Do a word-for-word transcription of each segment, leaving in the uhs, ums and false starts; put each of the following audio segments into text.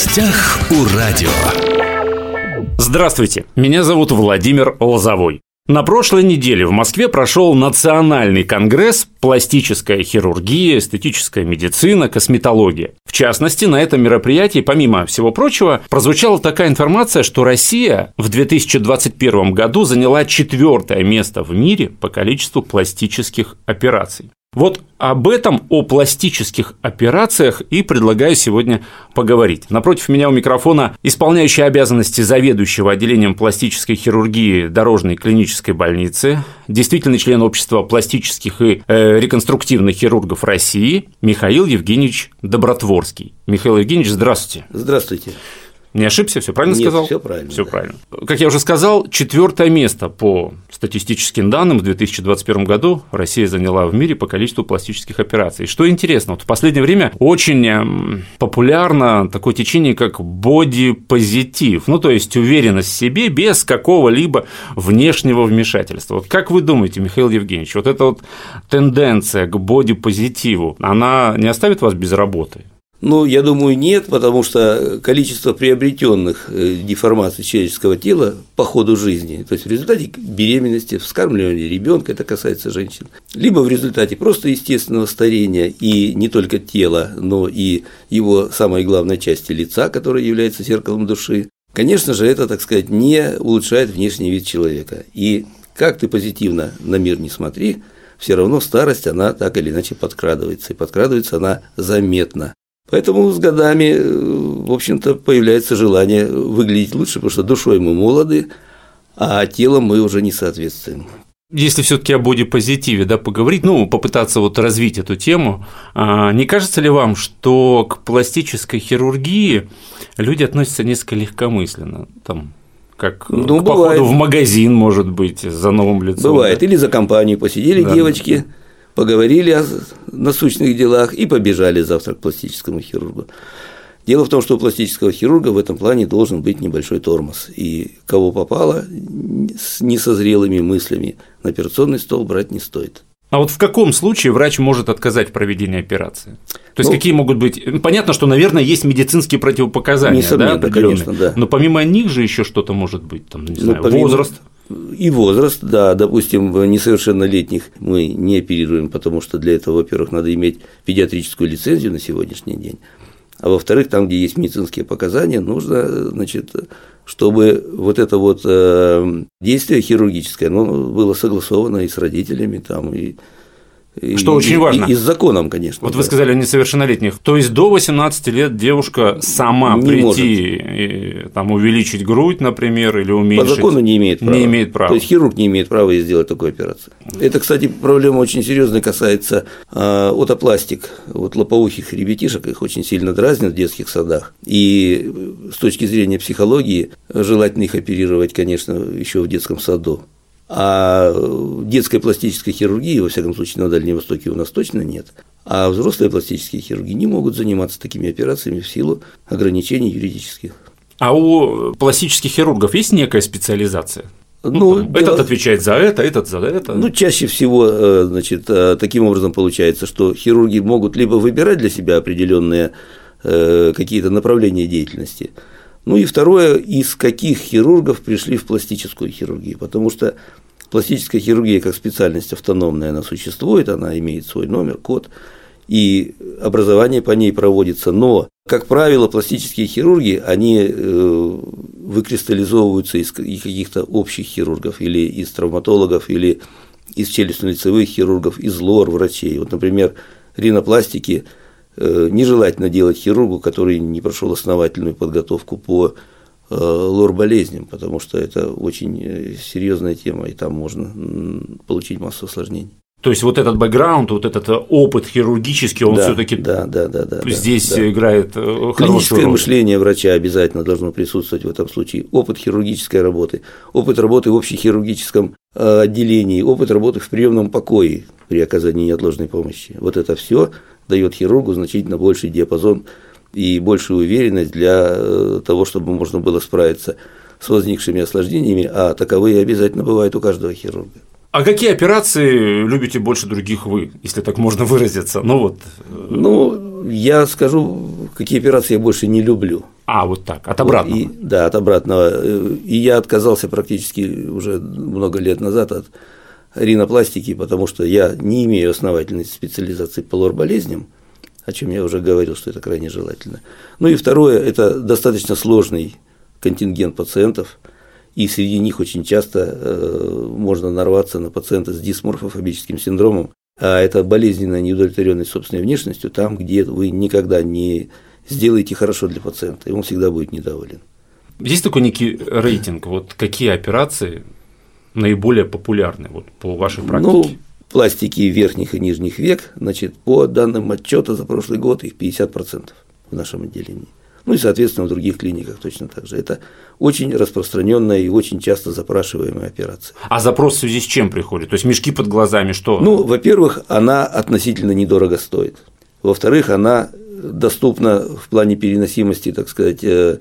гостях у радио. Здравствуйте, меня зовут Владимир Лозовой. На прошлой неделе в Москве прошел национальный конгресс «Пластическая хирургия, эстетическая медицина, косметология». В частности, на этом мероприятии, помимо всего прочего, прозвучала такая информация, что Россия в две тысячи двадцать первом году заняла четвертое место в мире по количеству пластических операций. Вот об этом, о пластических операциях и предлагаю сегодня поговорить. Напротив меня у микрофона исполняющий обязанности заведующего отделением пластической хирургии Дорожной клинической больницы, действительный член общества пластических и э, реконструктивных хирургов России Михаил Евгеньевич Добротворский. Михаил Евгеньевич, здравствуйте. Здравствуйте. Не ошибся, все правильно Нет, сказал? все правильно. Все да. правильно. Как я уже сказал, четвертое место по статистическим данным в две тысячи двадцать первом году Россия заняла в мире по количеству пластических операций. Что интересно, вот в последнее время очень популярно такое течение, как бодипозитив, ну то есть уверенность в себе без какого-либо внешнего вмешательства. Вот как вы думаете, Михаил Евгеньевич, вот эта вот тенденция к бодипозитиву, она не оставит вас без работы? Ну, я думаю, нет, потому что количество приобретенных деформаций человеческого тела по ходу жизни, то есть в результате беременности, вскармливания ребенка, это касается женщин, либо в результате просто естественного старения и не только тела, но и его самой главной части лица, которая является зеркалом души, конечно же, это, так сказать, не улучшает внешний вид человека. И как ты позитивно на мир не смотри, все равно старость, она так или иначе подкрадывается, и подкрадывается она заметно. Поэтому с годами, в общем-то, появляется желание выглядеть лучше, потому что душой мы молоды, а телом мы уже не соответствуем. Если все-таки о бодипозитиве, да, поговорить, ну, попытаться вот развить эту тему, не кажется ли вам, что к пластической хирургии люди относятся несколько легкомысленно, там, как ну, к бывает. походу в магазин, может быть, за новым лицом? Бывает, да? Или за компанию посидели да, девочки, да. поговорили о насущных делах и побежали завтра к пластическому хирургу. Дело в том, что у пластического хирурга в этом плане должен быть небольшой тормоз. И кого попало с несозрелыми мыслями на операционный стол брать не стоит. А вот в каком случае врач может отказать в проведении операции? То есть, ну, какие могут быть… Понятно, что, наверное, есть медицинские противопоказания, несомненно, да, конечно, да. Но помимо них же еще что-то может быть, там, не ну, знаю, помимо… возраст. И возраст, да, допустим, несовершеннолетних мы не оперируем, потому что для этого, во-первых, надо иметь педиатрическую лицензию на сегодняшний день, а во-вторых, там, где есть медицинские показания, нужно, значит, чтобы вот это вот действие хирургическое, оно было согласовано и с родителями, там, и Что и, очень важно. И, и с законом, конечно. Вот да. вы сказали о несовершеннолетних. То есть до восемнадцати лет девушка сама не прийти и там, увеличить грудь, например, или уменьшить. По закону не имеет права. Не имеет права. То есть хирург не имеет права сделать такую операцию. Это, кстати, проблема очень серьезная, касается э, отопластик. Вот лопоухих ребятишек, их очень сильно дразнят в детских садах. И с точки зрения психологии желательно их оперировать, конечно, еще в детском саду. А детской пластической хирургии, во всяком случае, на Дальнем Востоке у нас точно нет. А взрослые пластические хирурги не могут заниматься такими операциями в силу ограничений юридических. А у пластических хирургов есть некая специализация? Ну, ну, там, дело... Этот отвечает за это, этот за это. Ну, чаще всего, значит, таким образом получается, что хирурги могут либо выбирать для себя определенные какие-то направления деятельности. Ну и второе, из каких хирургов пришли в пластическую хирургию, потому что пластическая хирургия как специальность автономная, она существует, она имеет свой номер, код, и образование по ней проводится, но, как правило, пластические хирурги, они выкристаллизовываются из каких-то общих хирургов, или из травматологов, или из челюстно-лицевых хирургов, из лор-врачей. Вот, например, ринопластики нежелательно делать хирургу, который не прошел основательную подготовку по лор-болезням, потому что это очень серьезная тема, и там можно получить массу осложнений. То есть вот этот бэкграунд, вот этот опыт хирургический, он да, все-таки да, да, да, да, здесь да. играет хорошую роль. Клиническое мышление врача обязательно должно присутствовать в этом случае. Опыт хирургической работы, опыт работы в общехирургическом отделении, опыт работы в приемном покое при оказании неотложной помощи. Вот это все дает хирургу значительно больший диапазон и большую уверенность для того, чтобы можно было справиться с возникшими осложнениями, а таковые обязательно бывают у каждого хирурга. А какие операции любите больше других вы, если так можно выразиться? Ну вот. Ну, я скажу, какие операции я больше не люблю. А, вот так, от обратного. И, да, от обратного. И я отказался практически уже много лет назад от ринопластики, потому что я не имею основательной специализации по лор-болезням, о чем я уже говорил, что это крайне желательно. Ну и второе, это достаточно сложный контингент пациентов, и среди них очень часто э, можно нарваться на пациента с дисморфофобическим синдромом, а это болезненная неудовлетворенность собственной внешностью, там, где вы никогда не сделаете хорошо для пациента, и он всегда будет недоволен. Есть такой некий рейтинг, вот какие операции наиболее популярны вот, по вашей практике? Ну, пластики верхних и нижних век, значит, по данным отчета за прошлый год их пятьдесят процентов в нашем отделении. Ну и, соответственно, в других клиниках точно так же. Это очень распространенная и очень часто запрашиваемая операция. А запрос в связи с чем приходит? То есть мешки под глазами, что? Ну, во-первых, она относительно недорого стоит. Во-вторых, она доступна в плане переносимости, так сказать,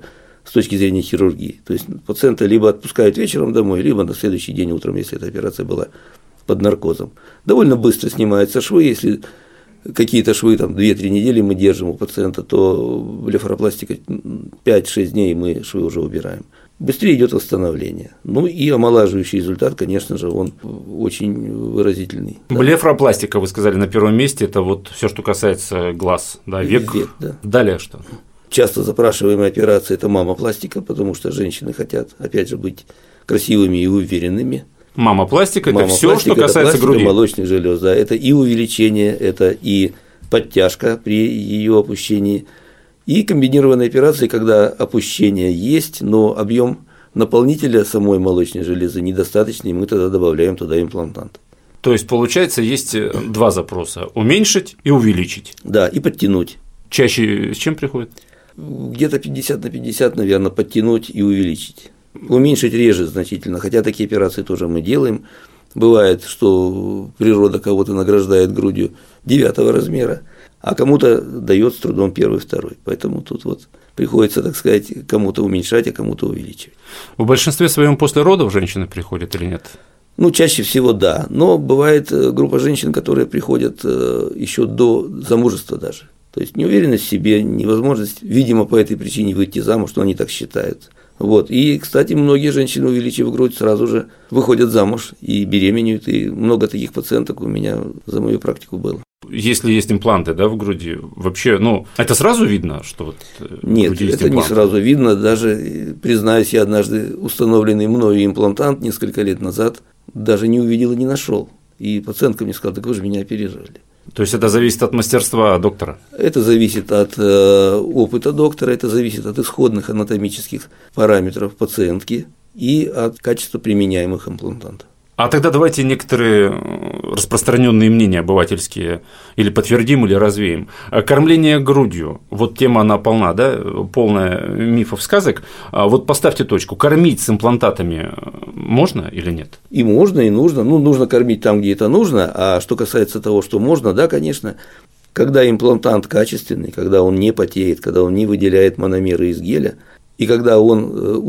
с точки зрения хирургии. То есть пациента либо отпускают вечером домой, либо на следующий день утром, если эта операция была под наркозом. Довольно быстро снимаются швы, если какие-то швы там две-три недели мы держим у пациента, то блефаропластика пять-шесть дней мы швы уже убираем. Быстрее идет восстановление. Ну и омолаживающий результат, конечно же, он очень выразительный. Блефаропластика, вы сказали, на первом месте, это вот все, что касается глаз, да, век. Век, да. Далее что? Часто запрашиваемая операция – это мамопластика, потому что женщины хотят, опять же, быть красивыми и уверенными. Мамопластика – это все, что касается груди. Молочных желез, да, это и увеличение, это и подтяжка при ее опущении, и комбинированные операции, когда опущение есть, но объем наполнителя самой молочной железы недостаточный, и мы тогда добавляем туда имплантант. То есть, получается, есть два запроса – уменьшить и увеличить. Да, и подтянуть. Чаще с чем приходит? Где-то пятьдесят на пятьдесят, наверное, подтянуть и увеличить. Уменьшить реже значительно, хотя такие операции тоже мы делаем. Бывает, что природа кого-то награждает грудью девятого размера, а кому-то дает с трудом первый, второй. Поэтому тут вот приходится, так сказать, кому-то уменьшать, а кому-то увеличивать. В большинстве своем после родов женщины приходят или нет? Ну, чаще всего да, но бывает группа женщин, которые приходят еще до замужества даже. То есть неуверенность в себе, невозможность, видимо, по этой причине выйти замуж, что они так считают. Вот. И, кстати, многие женщины, увеличив грудь, сразу же выходят замуж и беременеют, и много таких пациенток у меня за мою практику было. Если есть импланты, да, в груди, вообще, ну, это сразу видно, что вот Нет, в груди есть это импланты? Не сразу видно, даже, признаюсь, я однажды установленный мною имплантант несколько лет назад даже не увидел и не нашел. И пациентка мне сказала: так вы же меня оперировали. То есть это зависит от мастерства доктора? Это зависит от э, опыта доктора, это зависит от исходных анатомических параметров пациентки и от качества применяемых имплантантов. А тогда давайте некоторые распространенные мнения обывательские или подтвердим, или развеем. Кормление грудью, вот тема она полна, да, полная мифов, сказок. Вот поставьте точку. Кормить с имплантатами можно или нет? И можно, и нужно. Ну, нужно кормить там, где это нужно. А что касается того, что можно, да, конечно, когда имплантант качественный, когда он не потеет, когда он не выделяет мономеры из геля, и когда он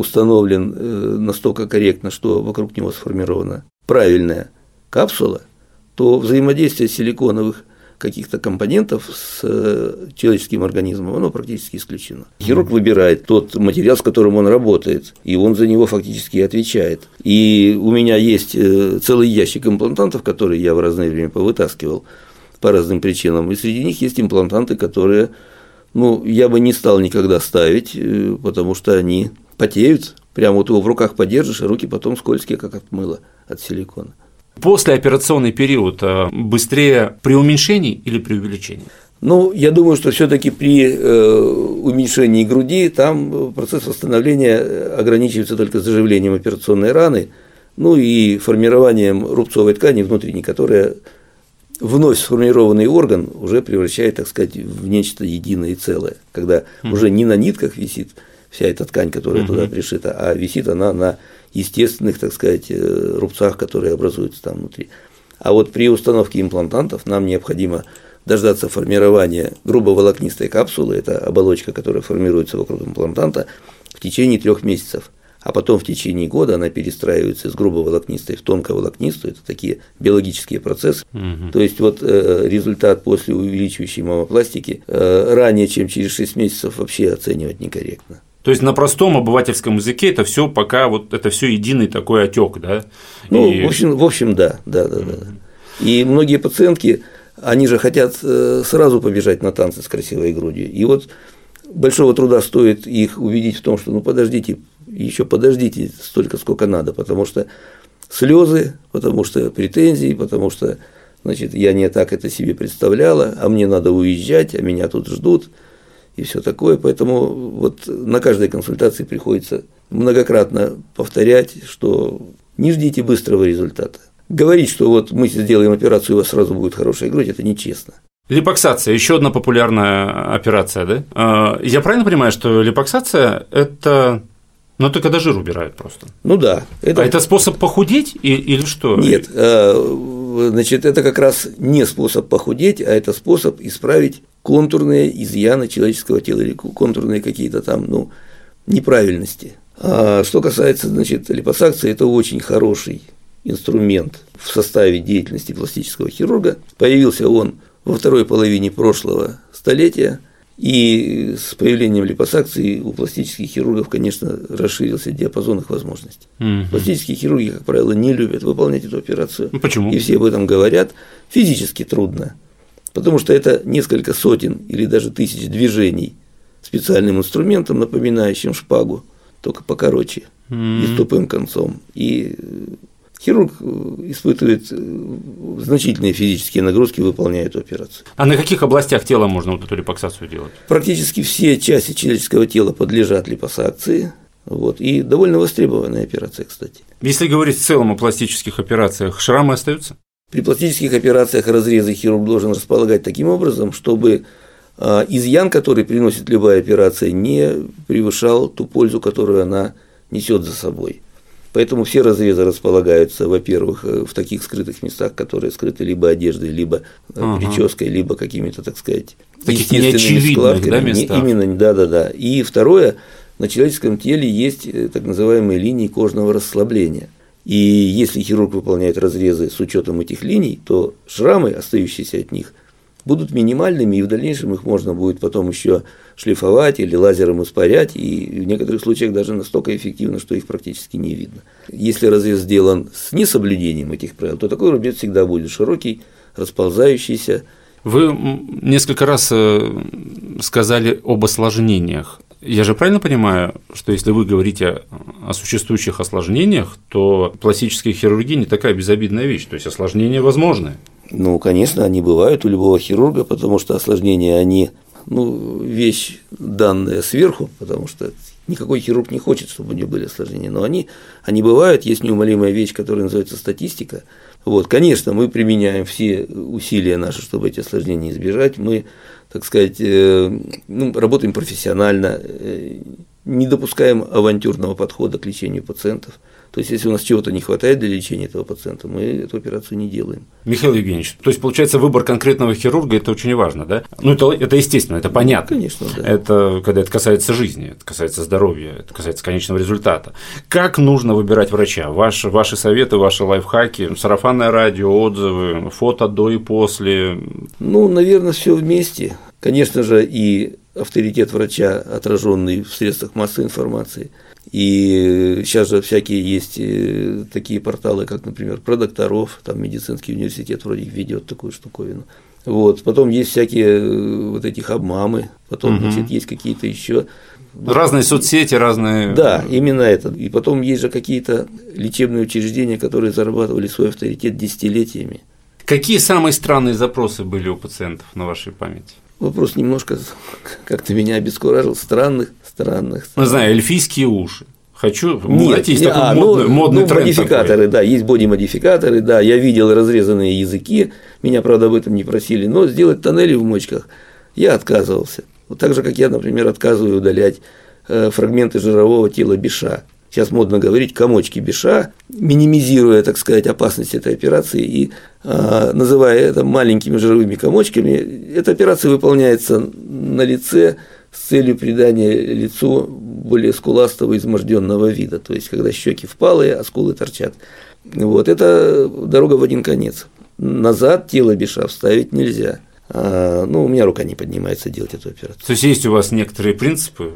установлен настолько корректно, что вокруг него сформирована правильная капсула, то взаимодействие силиконовых каких-то компонентов с человеческим организмом, оно практически исключено. Хирург выбирает тот материал, с которым он работает, и он за него фактически отвечает. И у меня есть целый ящик имплантантов, которые я в разное время повытаскивал по разным причинам, и среди них есть имплантанты, которые, ну, я бы не стал никогда ставить, потому что они потеют, прямо вот его в руках подержишь, и руки потом скользкие, как от мыла, от силикона. Послеоперационный период быстрее при уменьшении или при увеличении? Ну, я думаю, что все-таки при уменьшении груди там процесс восстановления ограничивается только заживлением операционной раны, ну и формированием рубцовой ткани внутренней, которая вновь сформированный орган уже превращает, так сказать, в нечто единое и целое, когда mm-hmm. уже не на нитках висит вся эта ткань, которая mm-hmm. туда пришита, а висит она на естественных, так сказать, рубцах, которые образуются там внутри. А вот при установке имплантантов нам необходимо дождаться формирования грубоволокнистой капсулы, это оболочка, которая формируется вокруг имплантанта, в течение трех месяцев. А потом в течение года она перестраивается из грубоволокнистой в тонковолокнистую, это такие биологические процессы. Угу. То есть вот э, результат после увеличивающей мамопластики э, ранее, чем через шесть месяцев, вообще оценивать некорректно. То есть на простом обывательском языке это все пока вот это все единый такой отек, да? Ну, и... в общем, в общем, да, да, да, да. И многие пациентки, они же хотят сразу побежать на танцы с красивой грудью. И вот большого труда стоит их убедить в том, что ну подождите, еще подождите столько, сколько надо, потому что слезы, потому что претензии, потому что, значит, я не так это себе представляла, а мне надо уезжать, а меня тут ждут. И все такое, поэтому вот на каждой консультации приходится многократно повторять, что не ждите быстрого результата. Говорить, что вот мы сделаем операцию, и у вас сразу будет хорошая грудь, это нечестно. Липоксация – еще одна популярная операция, да? Я правильно понимаю, что липоксация – это… Ну, это когда жир убирают просто. Ну да. Это… А это способ похудеть или что? Нет, значит, это как раз не способ похудеть, а это способ исправить контурные изъяны человеческого тела или контурные какие-то там, ну, неправильности. А что касается, значит, липосакции, это очень хороший инструмент в составе деятельности пластического хирурга. Появился он во второй половине прошлого столетия, и с появлением липосакции у пластических хирургов, конечно, расширился диапазон их возможностей. Угу. Пластические хирурги, как правило, не любят выполнять эту операцию. Почему? И все об этом говорят. Физически трудно, потому что это несколько сотен или даже тысяч движений специальным инструментом, напоминающим шпагу, только покороче mm. и с тупым концом. И хирург испытывает значительные физические нагрузки, выполняя эту операцию. А на каких областях тела можно вот эту липосакцию делать? Практически все части человеческого тела подлежат липосакции. Вот, и довольно востребованная операция, кстати. Если говорить в целом о пластических операциях, шрамы остаются? При пластических операциях разрезы хирург должен располагать таким образом, чтобы изъян, который приносит любая операция, не превышал ту пользу, которую она несет за собой. Поэтому все разрезы располагаются, во-первых, в таких скрытых местах, которые скрыты либо одеждой, либо ага. прической, либо какими-то, так сказать, таких естественными складками. Да, местах? Именно, да, да, да. И второе, на человеческом теле есть так называемые линии кожного расслабления. И если хирург выполняет разрезы с учетом этих линий, то шрамы, остающиеся от них, будут минимальными, и в дальнейшем их можно будет потом еще шлифовать или лазером испарять, и в некоторых случаях даже настолько эффективно, что их практически не видно. Если разрез сделан с несоблюдением этих правил, то такой рубец всегда будет широкий, расползающийся. Вы несколько раз сказали об осложнениях. Я же правильно понимаю, что если вы говорите о существующих осложнениях, то пластическая хирургия не такая безобидная вещь, то есть осложнения возможны? Ну, конечно, они бывают у любого хирурга, потому что осложнения, они, ну, вещь данная сверху, потому что никакой хирург не хочет, чтобы у него были осложнения, но они, они бывают, есть неумолимая вещь, которая называется статистика. Вот, конечно, мы применяем все усилия наши, чтобы эти осложнения избежать, мы, так сказать, э, ну, работаем профессионально, э, не допускаем авантюрного подхода к лечению пациентов. То есть, если у нас чего-то не хватает для лечения этого пациента, мы эту операцию не делаем. Михаил Евгеньевич, то есть, получается, выбор конкретного хирурга – это очень важно, да? Ну, это, это естественно, это понятно. Ну, конечно, да. Это когда это касается жизни, это касается здоровья, это касается конечного результата. Как нужно выбирать врача? Ваши, ваши советы, ваши лайфхаки, сарафанное радио, отзывы, фото до и после? Ну, наверное, все вместе. Конечно же, и авторитет врача, отраженный в средствах массовой информации. И сейчас же всякие есть такие порталы, как, например, про докторов, там медицинский университет вроде ведет такую штуковину. Вот. Потом есть всякие вот эти хабмамы, потом, угу. значит, есть какие-то еще разные соцсети, разные. Да, именно это. И потом есть же какие-то лечебные учреждения, которые зарабатывали свой авторитет десятилетиями. Какие самые странные запросы были у пациентов на вашей памяти? Вопрос немножко как-то меня обескуражил. Странных, странных. Ну, знаю, эльфийские уши. Хочу. Нет, знаете, есть не, такой а, модный, ну, модный ну, тренд. Модификаторы, такой. Да, есть боди-модификаторы, да. Я видел разрезанные языки, меня, правда, об этом не просили, но сделать тоннели в мочках я отказывался. Вот так же, как я, например, отказываю удалять э, фрагменты жирового тела биша. Сейчас модно говорить комочки биша, минимизируя, так сказать, опасность этой операции и э, называя это маленькими жировыми комочками. Эта операция выполняется на лице с целью придания лицу более скуластого, изможденного вида, то есть когда щеки впалые, а скулы торчат. Вот это дорога в один конец. Назад тело биша вставить нельзя. А, ну, у меня рука не поднимается делать эту операцию. То есть есть у вас некоторые принципы?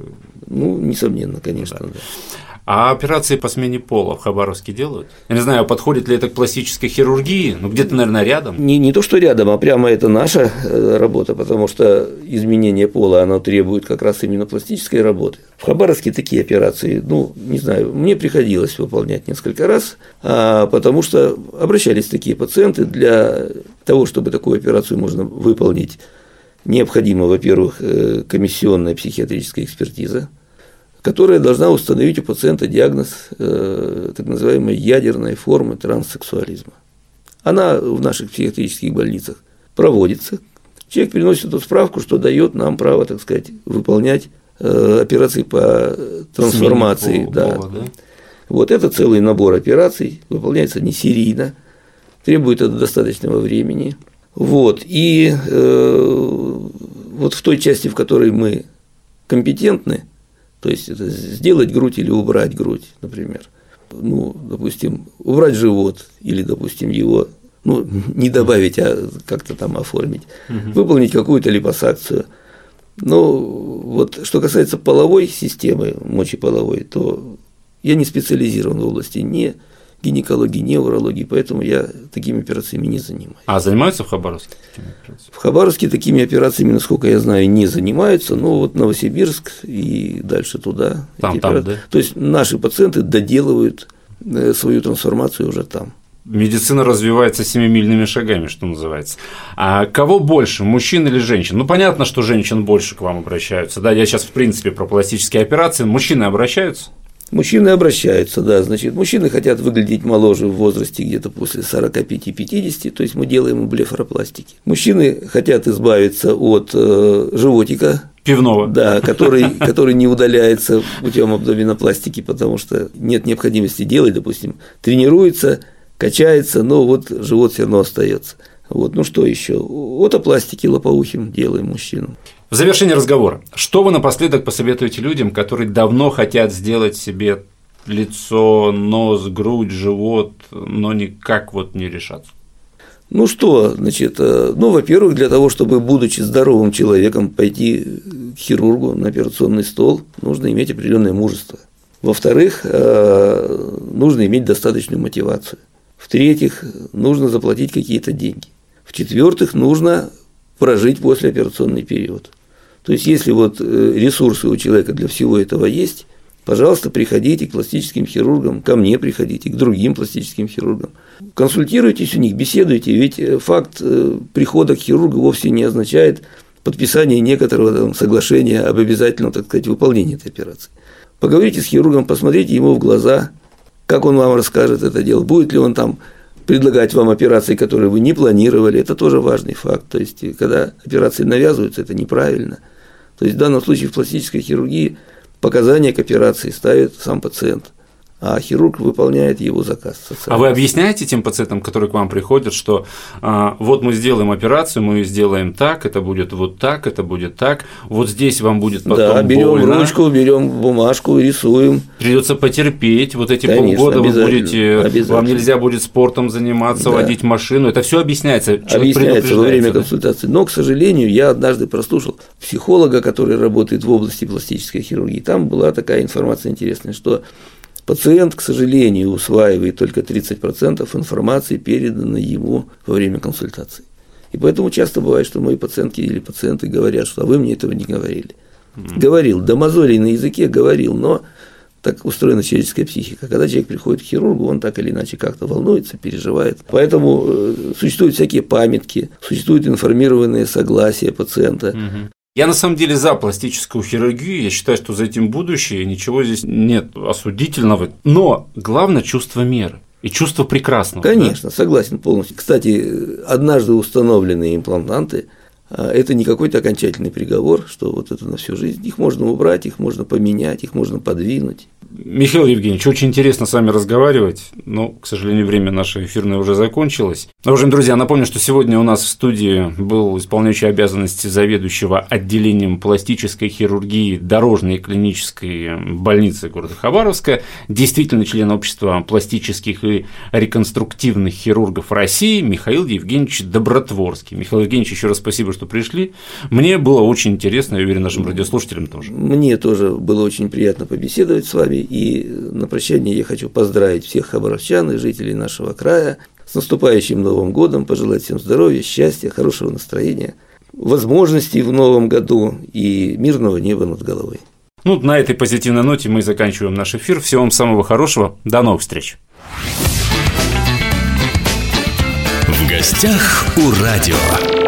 Ну, несомненно, конечно, да. да. А операции по смене пола в Хабаровске делают? Я не знаю, подходит ли это к пластической хирургии, ну где-то, наверное, рядом. Не, не то, что рядом, а прямо это наша работа, потому что изменение пола, оно требует как раз именно пластической работы. В Хабаровске такие операции, ну, не знаю, мне приходилось выполнять несколько раз, потому что обращались такие пациенты. Для того, чтобы такую операцию можно выполнить, необходима, во-первых, комиссионная психиатрическая экспертиза, которая должна установить у пациента диагноз э, так называемой ядерной формы транссексуализма. Она в наших психиатрических больницах проводится. Человек приносит эту справку, что дает нам право, так сказать, выполнять э, операции по трансформации. Пола, да. Пола, да? Вот это целый набор операций, выполняется не серийно, требует это достаточного времени. Вот. И э, вот в той части, в которой мы компетентны, то есть это сделать грудь или убрать грудь, например. Ну, допустим, убрать живот или, допустим, его, ну, не добавить, а как-то там оформить, угу. выполнить какую-то липосакцию. Но вот что касается половой системы, мочеполовой, то я не специализирован в области ни гинекологии, ни урологии, поэтому я такими операциями не занимаюсь. А занимаются в Хабаровске такими операциями? В Хабаровске такими операциями, насколько я знаю, не занимаются, но вот Новосибирск и дальше туда. Там, там, да? То есть наши пациенты доделывают свою трансформацию уже там. Медицина развивается семимильными шагами, что называется. А кого больше, мужчин или женщин? Ну, понятно, что женщин больше к вам обращаются. Да, я сейчас, в принципе, про пластические операции. Мужчины обращаются? Мужчины обращаются, да, значит, мужчины хотят выглядеть моложе в возрасте где-то после сорока пяти — пятидесяти, то есть мы делаем им блефаропластики. Мужчины хотят избавиться от э, животика. Пивного. Да, который, который не удаляется путем абдоминопластики, потому что нет необходимости делать, допустим, тренируется, качается, но вот живот все равно остается. Вот, ну что еще? Отопластики лопоухим делаем мужчинам. В завершении разговора, что вы напоследок посоветуете людям, которые давно хотят сделать себе лицо, нос, грудь, живот, но никак вот не решатся? Ну что, значит, ну, во-первых, для того, чтобы, будучи здоровым человеком, пойти к хирургу на операционный стол, нужно иметь определенное мужество. Во-вторых, нужно иметь достаточную мотивацию. В-третьих, нужно заплатить какие-то деньги. В-четвертых, нужно прожить послеоперационный период. То есть, если вот ресурсы у человека для всего этого есть, пожалуйста, приходите к пластическим хирургам, ко мне приходите, к другим пластическим хирургам. Консультируйтесь у них, беседуйте, ведь факт прихода к хирургу вовсе не означает подписание некоторого там соглашения об обязательном, так сказать, выполнении этой операции. Поговорите с хирургом, посмотрите ему в глаза, как он вам расскажет это дело, будет ли он там предлагать вам операции, которые вы не планировали, это тоже важный факт. То есть, когда операции навязываются, это неправильно. То есть, в данном случае в пластической хирургии показания к операции ставит сам пациент, а хирург выполняет его заказ. А вы объясняете тем пациентам, которые к вам приходят, что а, вот мы сделаем операцию, мы ее сделаем так, это будет вот так, это будет так, вот здесь вам будет потом да, берем больно. ручку, берем бумажку, рисуем. Придется потерпеть, вот эти Конечно, полгода вы будете, вам нельзя будет спортом заниматься, да. водить машину, это все объясняется. Объясняется во время да? консультации. Но, к сожалению, я однажды прослушал психолога, который работает в области пластической хирургии. Там была такая информация интересная, что пациент, к сожалению, усваивает только тридцать процентов информации, переданной ему во время консультации. И поэтому часто бывает, что мои пациентки или пациенты говорят, что а вы мне этого не говорили. Mm-hmm. Говорил, до мозолей на языке говорил, но так устроена человеческая психика. Когда человек приходит к хирургу, он так или иначе как-то волнуется, переживает. Поэтому существуют всякие памятки, существуют информированные согласия пациента. Mm-hmm. Я на самом деле за пластическую хирургию, я считаю, что за этим будущее, ничего здесь нет осудительного, но главное чувство меры и чувство прекрасного. Конечно, да? Согласен полностью. Кстати, однажды установленные имплантанты – это не какой-то окончательный приговор, что вот это на всю жизнь. Их можно убрать, их можно поменять, их можно подвинуть. Михаил Евгеньевич, очень интересно с вами разговаривать, но, к сожалению, время наше эфирное уже закончилось. Уважаемые друзья, напомню, что сегодня у нас в студии был исполняющий обязанности заведующего отделением пластической хирургии дорожной и клинической больницы города Хабаровска, действительно член общества пластических и реконструктивных хирургов России Михаил Евгеньевич Добротворский. Михаил Евгеньевич, еще раз спасибо, что что пришли. Мне было очень интересно, я уверен, нашим радиослушателям тоже. Мне тоже было очень приятно побеседовать с вами, и на прощание я хочу поздравить всех хабаровчан и жителей нашего края с наступающим Новым годом, пожелать всем здоровья, счастья, хорошего настроения, возможностей в новом году и мирного неба над головой. Ну, на этой позитивной ноте мы заканчиваем наш эфир. Всего вам самого хорошего. До новых встреч. В гостях у радио.